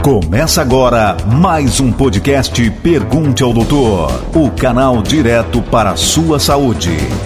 Começa agora mais um podcast Pergunte ao Doutor, o canal direto para a sua saúde.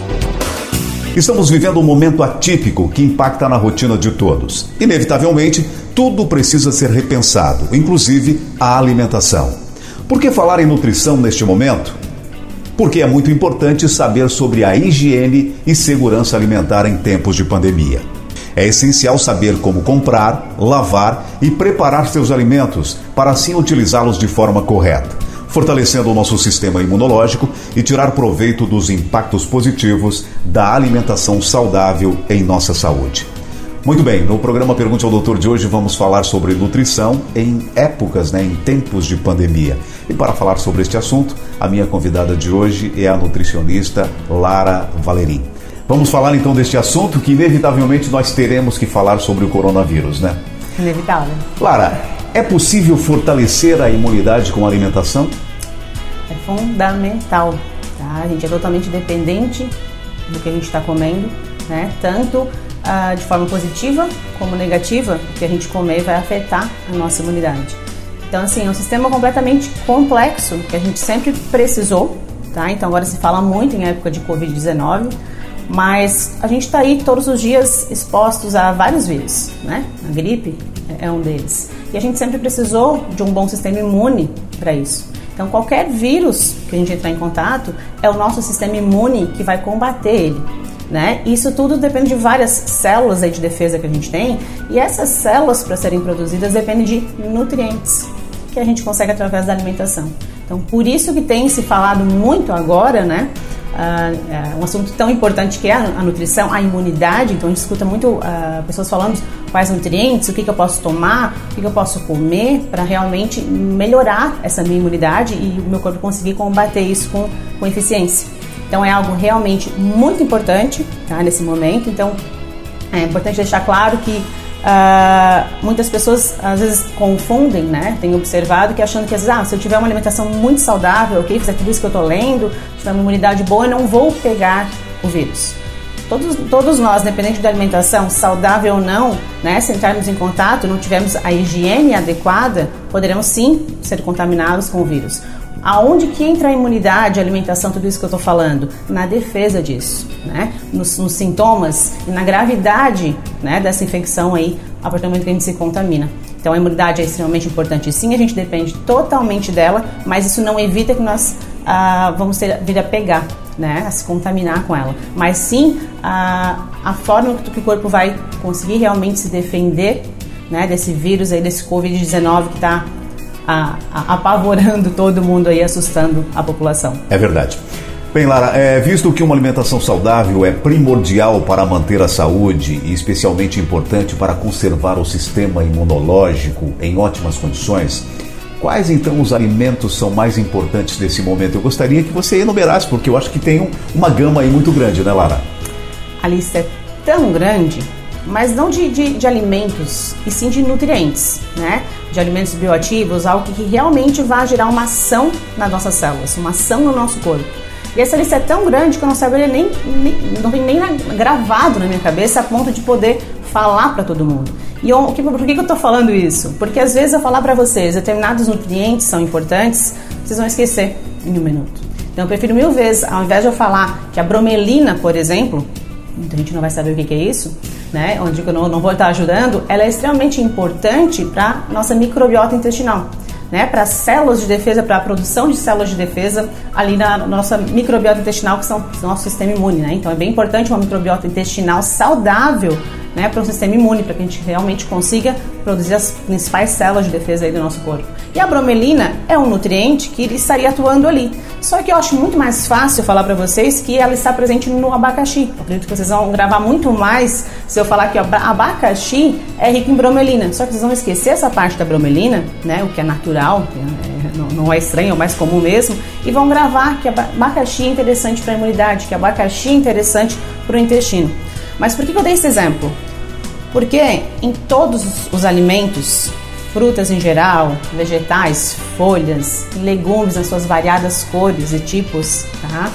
Estamos vivendo um momento atípico que impacta na rotina de todos. Inevitavelmente, tudo precisa ser repensado, inclusive a alimentação. Por que falar em nutrição neste momento? Porque é muito importante saber sobre a higiene e segurança alimentar em tempos de pandemia. É essencial saber como comprar, lavar e preparar seus alimentos para assim utilizá-los de forma correta, fortalecendo o nosso sistema imunológico e tirar proveito dos impactos positivos da alimentação saudável em nossa saúde. Muito bem, no programa Pergunte ao Doutor de hoje vamos falar sobre nutrição em épocas, em tempos de pandemia. E para falar sobre este assunto, a minha convidada de hoje é a nutricionista Lara Valerim. Vamos falar então deste assunto que inevitavelmente nós teremos que falar sobre o coronavírus, né? Inevitável. Lara, é possível fortalecer a imunidade com a alimentação? É fundamental, tá? A gente é totalmente dependente do que a gente está comendo, né? Tanto de forma positiva como negativa, o que a gente comer vai afetar a nossa imunidade. Então, assim, é um sistema completamente complexo que a gente sempre precisou, tá? Então, agora se fala muito em época de Covid-19, mas a gente está aí todos os dias expostos a vários vírus, né? A gripe é um deles. E a gente sempre precisou de um bom sistema imune para isso. Então, qualquer vírus que a gente entrar em contato, é o nosso sistema imune que vai combater ele, né? Isso tudo depende de várias células aí de defesa que a gente tem. E essas células, para serem produzidas, dependem de nutrientes que a gente consegue através da alimentação. Então, por isso que tem se falado muito agora, né? Um assunto tão importante que é a nutrição, a imunidade. Então a gente escuta muito pessoas falando quais nutrientes, o que eu posso tomar, o que eu posso comer para realmente melhorar essa minha imunidade e o meu corpo conseguir combater isso com eficiência. Então é algo realmente muito importante, tá, nesse momento. Então é importante deixar claro que muitas pessoas às vezes confundem, né? Tenho observado que achando que se eu tiver uma alimentação muito saudável, fizer tudo isso que eu estou lendo, tiver uma imunidade boa, eu não vou pegar o vírus. Todos nós, independente da alimentação, saudável ou não, né? Se entrarmos em contato, não tivermos a higiene adequada, poderemos sim ser contaminados com o vírus. Aonde que entra a imunidade, a alimentação, tudo isso que eu estou falando? Na defesa disso, né? Nos sintomas e na gravidade, né, dessa infecção aí, a partir do momento que a gente se contamina. Então a imunidade é extremamente importante. Sim, a gente depende totalmente dela, mas isso não evita que nós vamos vir a pegar, né, a se contaminar com ela. Mas sim, a forma que o corpo vai conseguir realmente se defender, né, desse vírus aí, desse Covid-19 que está apavorando todo mundo aí, assustando a população. É verdade. Bem, Lara, visto que uma alimentação saudável é primordial para manter a saúde e especialmente importante para conservar o sistema imunológico em ótimas condições, quais então os alimentos são mais importantes nesse momento? Eu gostaria que você enumerasse, porque eu acho que tem uma gama aí muito grande, né, Lara? A lista é tão grande, mas não de alimentos, e sim de nutrientes, né? De alimentos bioativos, algo que realmente vai gerar uma ação nas nossas células, uma ação no nosso corpo. E essa lista é tão grande que eu não saberia não tem nem gravado na minha cabeça a ponto de poder falar para todo mundo. E por que eu estou falando isso? Porque às vezes eu falar para vocês determinados nutrientes são importantes, vocês vão esquecer em um minuto. Então eu prefiro 1000 vezes, ao invés de eu falar que a bromelina, por exemplo, muita gente não vai saber o que é isso, né? Onde eu não vou estar ajudando, ela é extremamente importante para nossa microbiota intestinal, né? Para as células de defesa, para a produção de células de defesa ali na nossa microbiota intestinal, que são o nosso sistema imune, né? Então é bem importante uma microbiota intestinal saudável, né, para o sistema imune, para que a gente realmente consiga produzir as principais células de defesa aí do nosso corpo. E a bromelina é um nutriente que estaria atuando ali. Só que eu acho muito mais fácil falar para vocês que ela está presente no abacaxi. Eu acredito que vocês vão gravar muito mais se eu falar que o abacaxi é rico em bromelina. Só que vocês vão esquecer essa parte da bromelina, né, o que é natural, não é estranho, é o mais comum mesmo, e vão gravar que abacaxi é interessante para a imunidade, que abacaxi é interessante para o intestino. Mas por que eu dei esse exemplo? Porque em todos os alimentos, frutas em geral, vegetais, folhas, legumes nas suas variadas cores e tipos,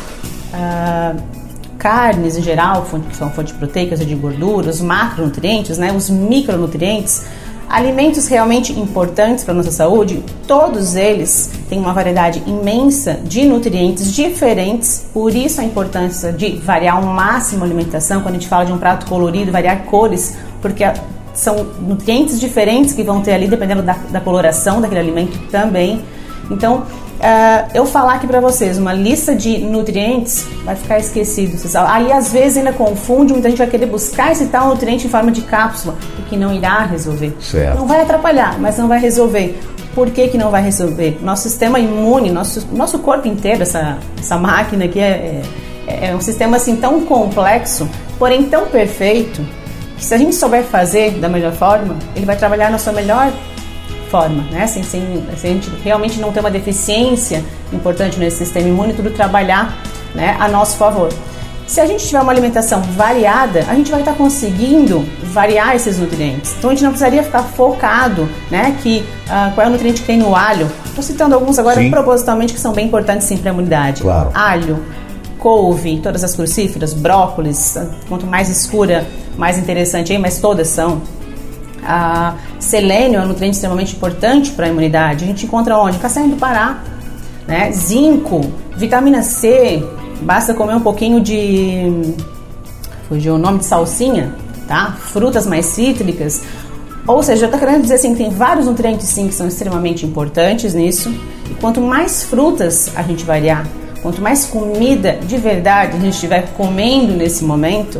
tá? Carnes em geral, que são fontes proteicas e de gordura, os macronutrientes, né? Os micronutrientes, alimentos realmente importantes para a nossa saúde, todos eles têm uma variedade imensa de nutrientes diferentes, por isso a importância de variar ao máximo a alimentação. Quando a gente fala de um prato colorido, variar cores, porque são nutrientes diferentes que vão ter ali, dependendo da coloração daquele alimento também. Então, eu falar aqui para vocês uma lista de nutrientes vai ficar esquecido. Aí às vezes ainda confunde, muita gente vai querer buscar esse tal nutriente em forma de cápsula, o que não irá resolver. Certo. Não vai atrapalhar, mas não vai resolver. Por que não vai resolver? Nosso sistema imune, nosso corpo inteiro, essa máquina aqui é um sistema assim tão complexo, porém tão perfeito, que se a gente souber fazer da melhor forma, ele vai trabalhar na sua melhor forma, né? Se a gente realmente não ter uma deficiência importante nesse sistema imune, tudo trabalhar, né, a nosso favor. Se a gente tiver uma alimentação variada, a gente vai estar conseguindo variar esses nutrientes. Então a gente não precisaria ficar focado, né, qual é o nutriente que tem no alho. Estou citando alguns agora propositalmente que são bem importantes sim para a imunidade. Claro. Alho, couve, todas as crucíferas, brócolis, quanto mais escura, mais interessante aí, mas todas são. Selênio é um nutriente extremamente importante para a imunidade. A gente encontra onde? Castanha do Pará, né? Zinco, vitamina C, basta comer um pouquinho de... fugiu o nome, de salsinha, tá? Frutas mais cítricas. Ou seja, eu estou querendo dizer assim, que tem vários nutrientes sim que são extremamente importantes nisso. E quanto mais frutas a gente variar, quanto mais comida de verdade a gente estiver comendo nesse momento,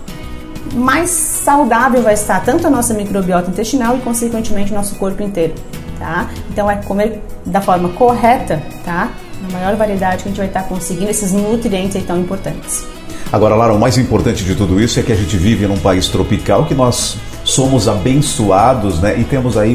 mais saudável vai estar tanto a nossa microbiota intestinal e, consequentemente, o nosso corpo inteiro, tá? Então, é comer da forma correta, tá? Na maior variedade que a gente vai estar conseguindo esses nutrientes aí tão importantes. Agora, Lara, o mais importante de tudo isso é que a gente vive num país tropical, que nós somos abençoados, né? E temos aí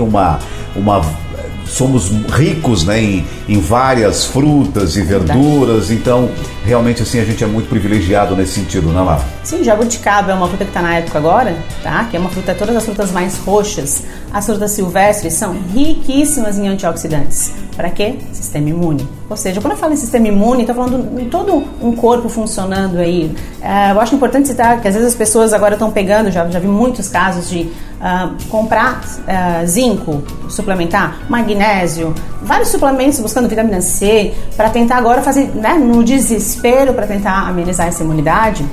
somos ricos, né, em várias frutas e verduras, então realmente assim a gente é muito privilegiado nesse sentido, né, Lara? Sim, jabuticaba é uma fruta que está na época agora, tá? Que é uma fruta, todas as frutas mais roxas, as frutas silvestres são riquíssimas em antioxidantes. Para quê? Sistema imune. Ou seja, quando eu falo em sistema imune, estou falando em todo um corpo funcionando aí. Eu acho importante citar que às vezes as pessoas agora estão pegando, já vi muitos casos de comprar zinco, suplementar, magnésio, vários suplementos buscando vitamina C, para tentar agora fazer, né, no desespero, para tentar amenizar essa imunidade,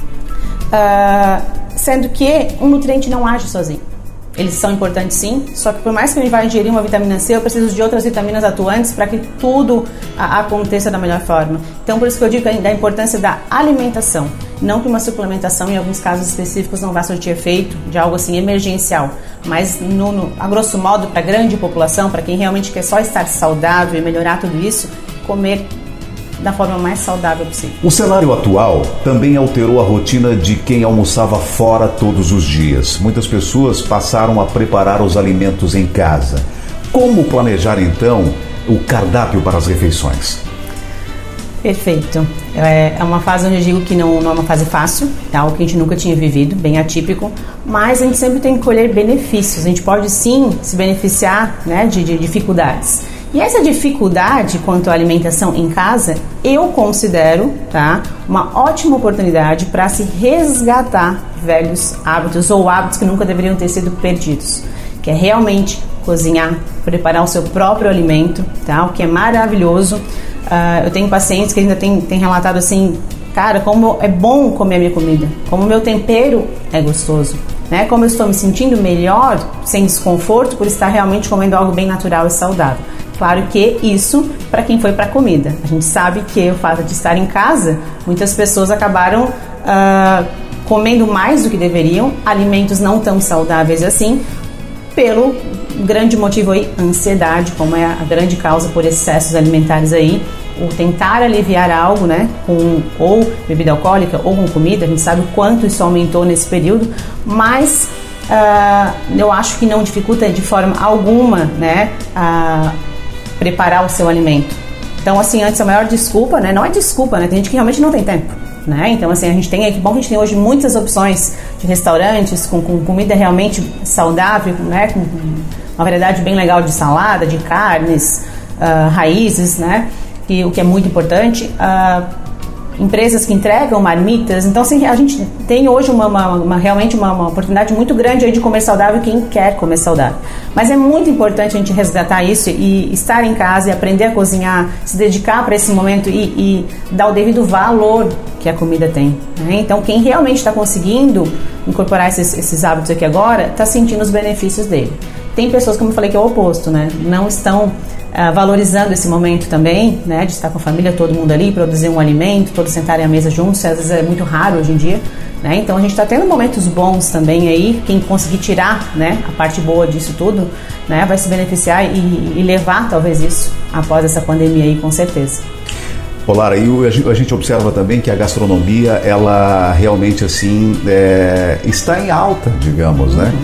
sendo que um nutriente não age sozinho. Eles são importantes sim, só que por mais que a gente vá ingerir uma vitamina C, eu preciso de outras vitaminas atuantes para que tudo aconteça da melhor forma. Então por isso que eu digo da importância da alimentação, não que uma suplementação em alguns casos específicos não vá surtir efeito de algo assim emergencial, mas a grosso modo para a grande população, para quem realmente quer só estar saudável e melhorar tudo isso, comer da forma mais saudável possível. O cenário atual também alterou a rotina de quem almoçava fora todos os dias. Muitas pessoas passaram a preparar os alimentos em casa. Como planejar então o cardápio para as refeições? Perfeito. É uma fase onde eu digo que não é uma fase fácil, é algo que a gente nunca tinha vivido, bem atípico, mas a gente sempre tem que colher benefícios. A gente pode sim se beneficiar, né, de dificuldades. E essa dificuldade quanto à alimentação em casa, eu considero, tá, uma ótima oportunidade para se resgatar velhos hábitos ou hábitos que nunca deveriam ter sido perdidos, que é realmente cozinhar, preparar o seu próprio alimento, tá, o que é maravilhoso. Eu tenho pacientes que ainda têm relatado assim, cara, como é bom comer a minha comida, como o meu tempero é gostoso, né, como eu estou me sentindo melhor, sem desconforto, por estar realmente comendo algo bem natural e saudável. Claro que isso para quem foi para a comida. A gente sabe que o fato de estar em casa, muitas pessoas acabaram comendo mais do que deveriam, alimentos não tão saudáveis assim, pelo grande motivo aí, ansiedade, como é a grande causa por excessos alimentares aí, o tentar aliviar algo, né, com ou bebida alcoólica ou com comida. A gente sabe o quanto isso aumentou nesse período, mas eu acho que não dificulta de forma alguma, né, preparar o seu alimento. Então, assim, antes a maior desculpa, né? Não é desculpa, né? Tem gente que realmente não tem tempo, né? Então, assim, a gente tem, que bom que a gente tem hoje muitas opções de restaurantes com comida realmente saudável, né? Com uma variedade bem legal de salada, de carnes, raízes, né? O que é muito importante. empresas que entregam marmitas. Então, assim, a gente tem hoje realmente uma oportunidade muito grande aí de comer saudável, quem quer comer saudável. Mas é muito importante a gente resgatar isso e estar em casa e aprender a cozinhar, se dedicar para esse momento e dar o devido valor que a comida tem, né? Então, quem realmente está conseguindo incorporar esses hábitos aqui agora, está sentindo os benefícios dele. Tem pessoas, como eu falei, que é o oposto, né? Não estão valorizando esse momento também, né, de estar com a família, todo mundo ali, produzir um alimento, todos sentarem à mesa juntos, às vezes é muito raro hoje em dia, né? Então a gente está tendo momentos bons também aí, quem conseguir tirar, né, a parte boa disso tudo, né, vai se beneficiar e levar talvez isso após essa pandemia aí, com certeza. Lara, e a gente observa também que a gastronomia, ela realmente assim está em alta, digamos, né?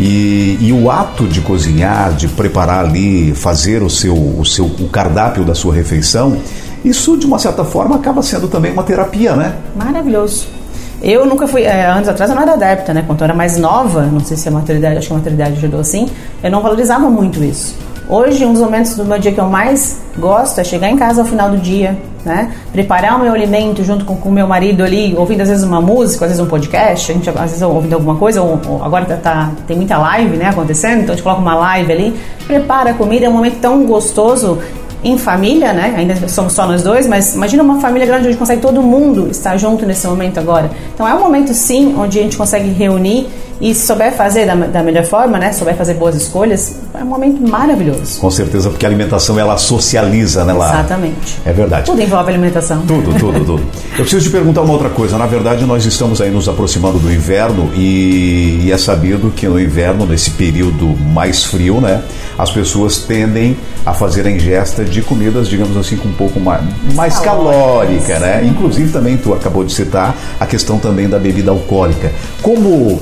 E o ato de cozinhar, de preparar ali, fazer o cardápio da sua refeição, isso de uma certa forma acaba sendo também uma terapia, né? Maravilhoso. Eu nunca fui, anos atrás eu não era adepta, né? Quando eu era mais nova, não sei se a maturidade, acho que a maturidade ajudou assim, eu não valorizava muito isso. Hoje, um dos momentos do meu dia que eu mais gosto é chegar em casa ao final do dia, né? Preparar o meu alimento junto com o meu marido ali, ouvindo às vezes uma música, às vezes um podcast, a gente às vezes ouvindo alguma coisa, ou agora tem muita live, né, acontecendo, então a gente coloca uma live ali, prepara a comida, é um momento tão gostoso em família, né? Ainda somos só nós dois, mas imagina uma família grande onde consegue todo mundo estar junto nesse momento agora. Então é um momento sim onde a gente consegue reunir e se souber fazer da melhor forma, né? Souber fazer boas escolhas, é um momento maravilhoso. Com certeza, porque a alimentação ela socializa, né, Lara? Exatamente. É verdade. Tudo envolve alimentação. Tudo. Eu preciso te perguntar uma outra coisa. Na verdade, nós estamos aí nos aproximando do inverno e é sabido que no inverno, nesse período mais frio, né, as pessoas tendem a fazer a ingesta de comidas, digamos assim, com um pouco mais calórica, né? Inclusive também tu acabou de citar a questão também da bebida alcoólica. Como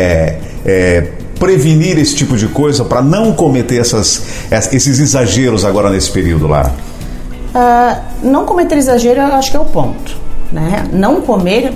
prevenir esse tipo de coisa para não cometer esses exageros agora nesse período, Lara? Não cometer exagero, eu acho que é o ponto, né? Não comer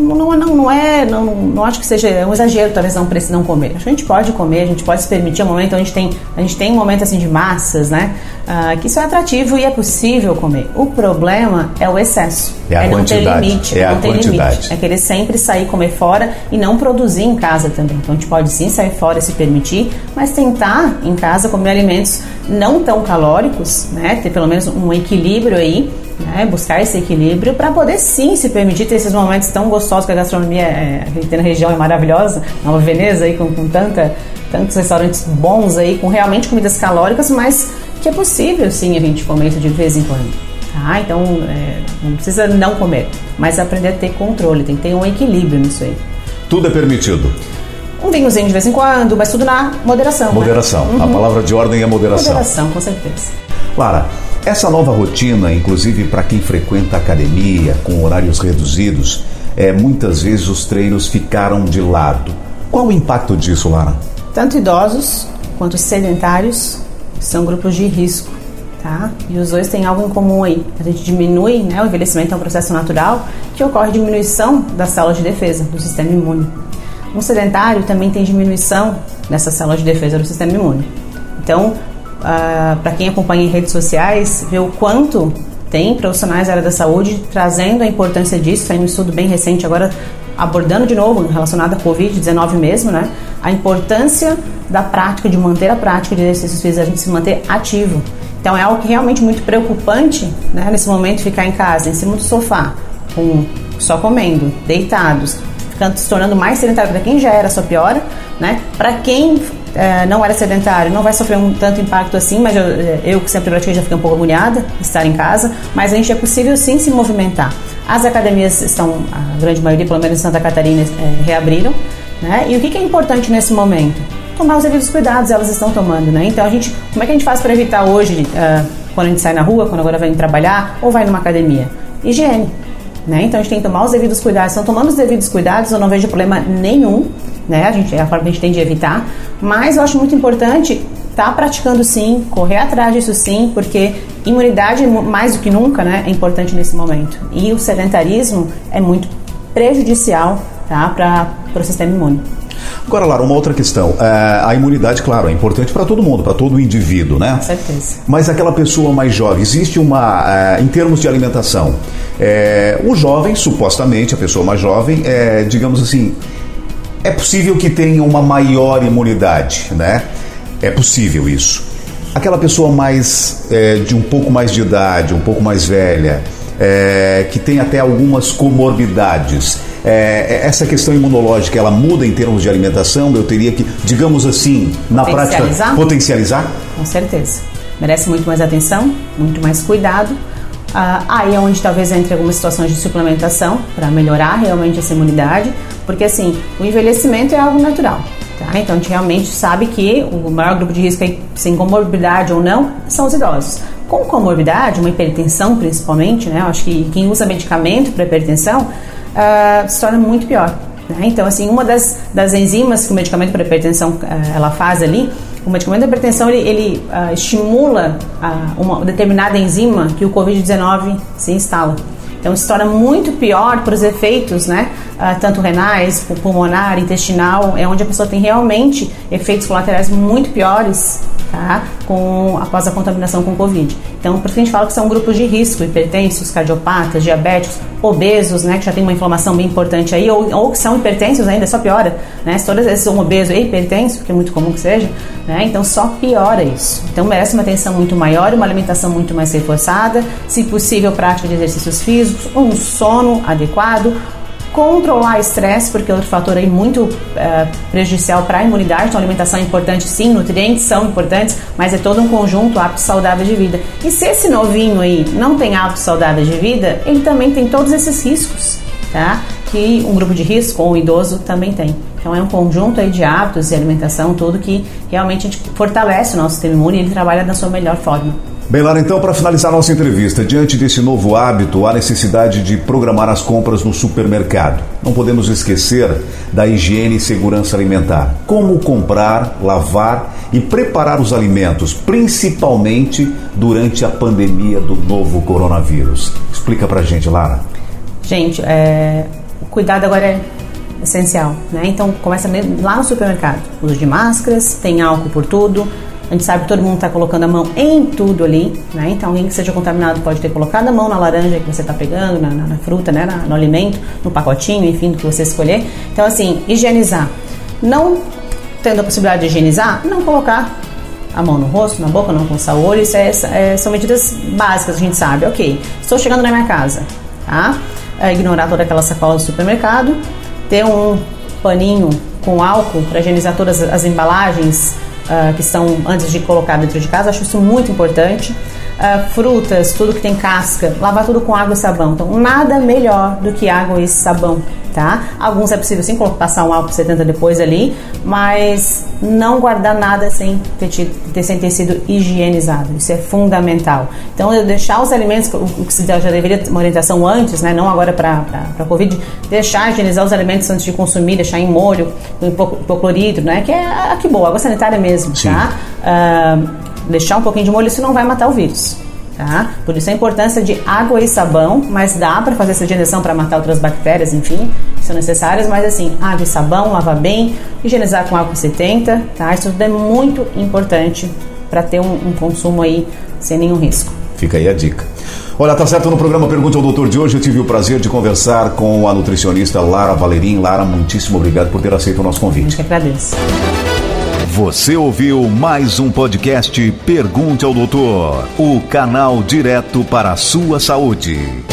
não acho que seja um exagero, talvez não comer. Acho que a gente pode comer, a gente pode se permitir um momento onde a gente tem um momento assim de massas, né? Que isso é atrativo e é possível comer. O problema é o excesso. Não ter limite. É querer sempre sair comer fora e não produzir em casa também. Então a gente pode sim sair fora e se permitir, mas tentar em casa comer alimentos não tão calóricos, né? Ter pelo menos um equilíbrio aí, né? Buscar esse equilíbrio para poder sim se permitir ter esses momentos tão gostosos que a gastronomia que tem na região é maravilhosa. Nova Veneza aí com tantos restaurantes bons aí, com realmente comidas calóricas, mas que é possível sim a gente comer isso de vez em quando, tá? Então não precisa não comer, mas aprender a ter controle, tem que ter um equilíbrio nisso aí. Tudo é permitido. Um vinhozinho de vez em quando, mas tudo na moderação. Moderação, né? A palavra de ordem é moderação. Moderação, com certeza. Lara, essa nova rotina, inclusive para quem frequenta a academia com horários reduzidos, muitas vezes os treinos ficaram de lado. Qual o impacto disso, Lara? Tanto idosos quanto sedentários são grupos de risco, tá? E os dois têm algo em comum aí. A gente diminui, né? O envelhecimento é um processo natural que ocorre diminuição das células de defesa do sistema imune. Um sedentário também tem diminuição dessas células de defesa do sistema imune. Então, para quem acompanha em redes sociais, vê o quanto tem profissionais da área da saúde trazendo a importância disso. Tem um estudo bem recente agora abordando de novo, relacionado à Covid-19 mesmo, né? A importância da prática, de manter a prática de exercícios físicos, a gente se manter ativo. Então é algo que realmente muito preocupante, né? Nesse momento, ficar em casa, em cima do sofá, só comendo, deitados, se tornando mais sedentário. Para quem já era, só piora, né? Para quem não era sedentário, não vai sofrer tanto impacto assim, mas eu que sempre pratiquei já fiquei um pouco agoniada estar em casa, mas a gente é possível sim se movimentar. As academias estão, a grande maioria, pelo menos em Santa Catarina, reabriram, né? E o que é importante nesse momento? Tomar os devidos cuidados, elas estão tomando, né? Então como é que a gente faz para evitar hoje, quando a gente sai na rua, quando agora vai trabalhar ou vai numa academia? Higiene, né? Então a gente tem que tomar os devidos cuidados. Estão tomando os devidos cuidados, eu não vejo problema nenhum, né? É a forma que a gente tem de evitar, mas eu acho muito importante estar praticando sim, correr atrás disso sim, porque imunidade, mais do que nunca, né, é importante nesse momento. E o sedentarismo é muito prejudicial, tá, para o sistema imune. Agora, Lara, uma outra questão. A imunidade, claro, é importante para todo mundo, para todo indivíduo, né? Com certeza. Mas aquela pessoa mais jovem, existe em termos de alimentação, o jovem, supostamente, a pessoa mais jovem, digamos assim, é possível que tenha uma maior imunidade, né? É possível isso. Aquela pessoa mais, de um pouco mais de idade, um pouco mais velha, que tem até algumas comorbidades, essa questão imunológica, ela muda em termos de alimentação? Eu teria que, digamos assim, na prática, potencializar? Com certeza. Merece muito mais atenção, muito mais cuidado. Aí é onde talvez entre algumas situações de suplementação para melhorar realmente essa imunidade, porque assim, o envelhecimento é algo natural. Tá? Então a gente realmente sabe que o maior grupo de risco, sem comorbidade ou não, são os idosos. Com comorbidade, uma hipertensão principalmente, né? Eu acho que quem usa medicamento para hipertensão se torna muito pior. Né? Então, assim, uma das enzimas que o medicamento para hipertensão ela faz ali, o medicamento da hipertensão ele estimula uma determinada enzima que o Covid-19 se instala. Então, se torna muito pior para os efeitos, né? Tanto renais, pulmonar, intestinal, é onde a pessoa tem realmente efeitos colaterais muito piores, tá? Após a contaminação com Covid. Então, por isso que a gente fala que são grupos de risco: hipertensos, cardiopatas, diabéticos, obesos, né? Que já tem uma inflamação bem importante aí, ou que são hipertensos ainda, só piora, né? Se todos esses são obesos e hipertenso, que é muito comum que seja, né? Então, só piora isso. Então, merece uma atenção muito maior, uma alimentação muito mais reforçada, se possível, prática de exercícios físicos, um sono adequado, controlar estresse, porque é outro fator aí muito prejudicial para a imunidade. Então, a alimentação é importante, sim, nutrientes são importantes, mas é todo um conjunto, hábitos saudáveis de vida. E se esse novinho aí não tem hábitos saudáveis de vida, ele também tem todos esses riscos, tá? Que um grupo de risco ou um idoso também tem. Então, é um conjunto aí de hábitos e alimentação, tudo que realmente a gente fortalece o nosso sistema imune e ele trabalha da sua melhor forma. Bem, Lara, então, para finalizar nossa entrevista, diante desse novo hábito, há necessidade de programar as compras no supermercado. Não podemos esquecer da higiene e segurança alimentar. Como comprar, lavar e preparar os alimentos, principalmente durante a pandemia do novo coronavírus. Explica pra gente, Lara. Gente, o cuidado agora é essencial, né? Então, começa lá no supermercado. Uso de máscaras, tem álcool por tudo. A gente sabe que todo mundo está colocando a mão em tudo ali, né? Então alguém que seja contaminado pode ter colocado a mão na laranja que você está pegando, na fruta, né? No alimento, no pacotinho, enfim, do que você escolher. Então, assim, higienizar. Não tendo a possibilidade de higienizar, não colocar a mão no rosto, na boca, não coçar o olho. Isso são medidas básicas, a gente sabe. Ok, estou chegando na minha casa, tá? Ignorar toda aquela sacola do supermercado, ter um paninho com álcool para higienizar todas as embalagens que estão antes de colocar dentro de casa. Acho isso muito importante. Frutas, tudo que tem casca, lavar tudo com água e sabão. Então, nada melhor do que água e sabão, tá? Alguns é possível sim passar um álcool 70 depois ali, mas não guardar nada sem ter sido higienizado. Isso é fundamental. Então, eu deixar os alimentos, o que se já deveria ter uma orientação antes, né? Não agora para Covid, higienizar os alimentos antes de consumir, deixar em molho, com hipoclorídrico, né? Que é que boa, água sanitária mesmo, sim. Tá? Deixar um pouquinho de molho, isso não vai matar o vírus, tá? Por isso a importância de água e sabão, mas dá para fazer essa higienização para matar outras bactérias, enfim, que são necessárias, mas assim, água e sabão, lavar bem, higienizar com álcool 70, tá? Isso tudo é muito importante para ter um consumo aí sem nenhum risco. Fica aí a dica. Olha, tá certo, no programa Pergunte ao Doutor de hoje eu tive o prazer de conversar com a nutricionista Lara Valerim. Lara, muitíssimo obrigado por ter aceito o nosso convite. Eu que agradeço. Você ouviu mais um podcast Pergunte ao Doutor, o canal direto para a sua saúde.